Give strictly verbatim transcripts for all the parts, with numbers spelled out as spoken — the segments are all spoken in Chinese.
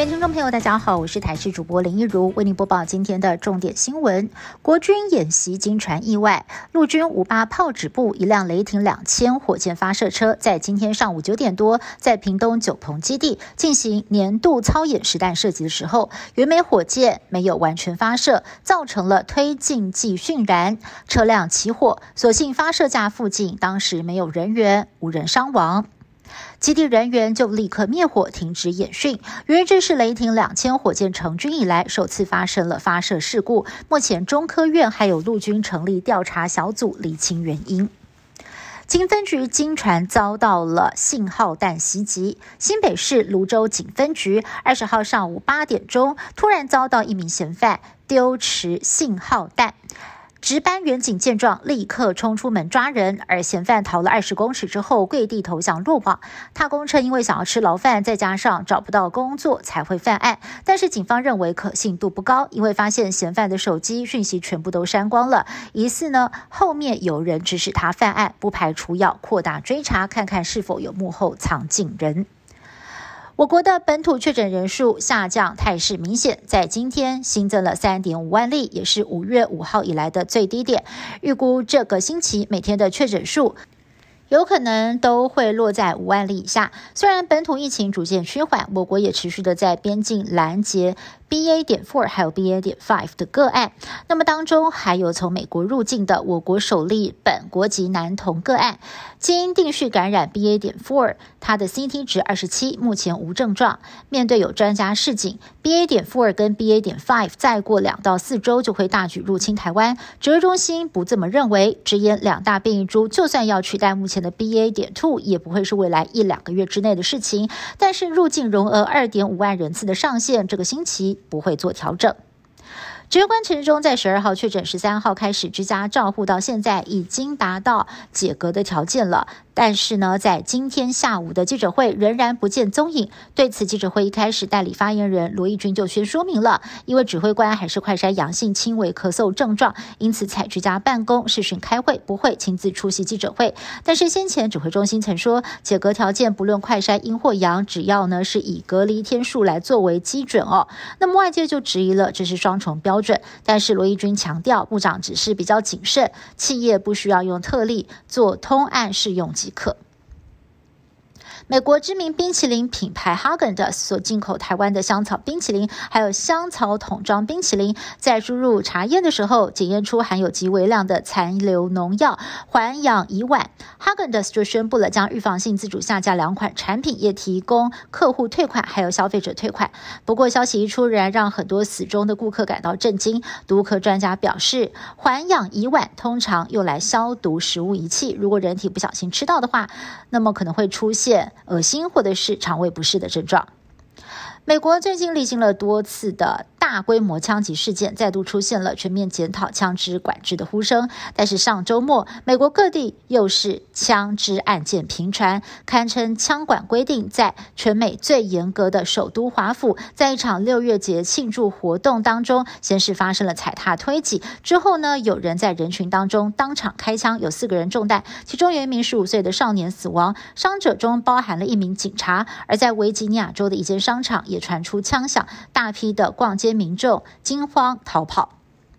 位听众朋友大家好，我是台视主播林一如，为您播报今天的重点新闻。国军演习惊传意外，陆军五八炮指部一辆雷霆两千火箭发射车在今天上午九点多在屏东九鹏基地进行年度操演实弹射击的时候，原枚火箭没有完全发射，造成了推进剂熏燃，车辆起火，所幸发射架附近当时没有人员，无人伤亡。基地人员就立刻灭火，停止演训。由于这是雷霆两千火箭成军以来首次发生了发射事故，目前中科院还有陆军成立调查小组厘清原因。警分局经传遭到了信号弹袭击，新北市芦洲警分局二十号上午八点钟，突然遭到一名嫌犯丢持信号弹。值班员警见状，立刻冲出门抓人，而嫌犯逃了二十公尺之后跪地投降落网。他供称因为想要吃牢饭，再加上找不到工作才会犯案，但是警方认为可信度不高，因为发现嫌犯的手机讯息全部都删光了，疑似呢后面有人指使他犯案，不排除要扩大追查，看看是否有幕后藏镜人。我国的本土确诊人数下降态势明显，在今天新增了 三点五万例，也是五月五号以来的最低点。预估这个星期每天的确诊数有可能都会落在五万例以下。虽然本土疫情逐渐趋缓，我国也持续的在边境拦截 B A 点四 还有 B A 点五 的个案，那么当中还有从美国入境的我国首例本国籍男童个案，经定序感染 B A 点四， 他的 C T 值二十七，目前无症状。面对有专家示警 B A 点四 跟 B A 点五 再过两到四周就会大举入侵台湾，指挥中心不这么认为，直言两大变异株就算要取代目前的 B A 点二 也不会是未来一两个月之内的事情，但是入境容额 二点五万人次的上限这个星期不会做调整。指挥官陈时中在十二号确诊，十三号开始居家照护，到现在已经达到解隔的条件了。但是呢，在今天下午的记者会仍然不见踪影。对此，记者会一开始代理发言人罗义军就先说明了，因为指挥官还是快筛阳性，轻微咳嗽症状，因此采居家办公、视讯开会，不会亲自出席记者会。但是先前指挥中心曾说，解隔条件不论快筛阴或阳，只要呢是以隔离天数来作为基准哦。那么外界就质疑了，这是双重标准。但是罗义军强调，部长只是比较谨慎，企业不需要用特例，做通案适用即可。美国知名冰淇淋品牌 Häagen-Dazs 所进口台湾的香草冰淇淋，还有香草桶装冰淇淋，在输入查验的时候，检验出含有极微量的残留农药环氧乙烷。Häagen-Dazs 就宣布了将预防性自主下架两款产品，也提供客户退款，还有消费者退款。不过消息一出，仍然让很多死忠的顾客感到震惊。毒科专家表示，环氧乙烷通常用来消毒食物仪器，如果人体不小心吃到的话，那么可能会出现恶心或者是肠胃不适的症状。美国最近历经了多次的大规模枪击事件，再度出现了全面检讨枪支管制的呼声。但是上周末，美国各地又是枪支案件频传，堪称枪管规定在全美最严格的首都华府，在一场六月节庆祝活动当中，先是发生了踩踏推挤，之后呢，有人在人群当中当场开枪，有四个人中弹，其中有一名十五岁的少年死亡，伤者中包含了一名警察。而在维吉尼亚州的一间商场也传出枪响，大批的逛街民众惊慌逃跑。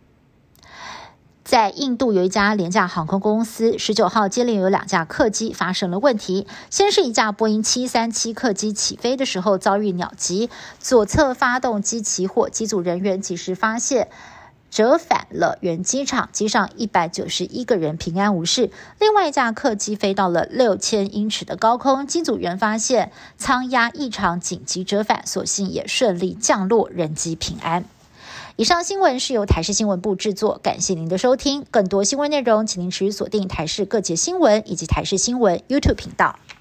在印度有一家廉价航空公司，十九号接连有两架客机发生了问题。先是一架波音七三七客机起飞的时候遭遇鸟击，左侧发动机起火，机组人员及时发现，折返了原机场，机上一百九十一个人平安无事。另外一架客机飞到了六千英尺的高空，机组员发现舱压异常，紧急折返，所幸也顺利降落，人机平安。以上新闻是由台视新闻部制作，感谢您的收听。更多新闻内容，请您持续锁定台视各节新闻以及台视新闻 YouTube 频道。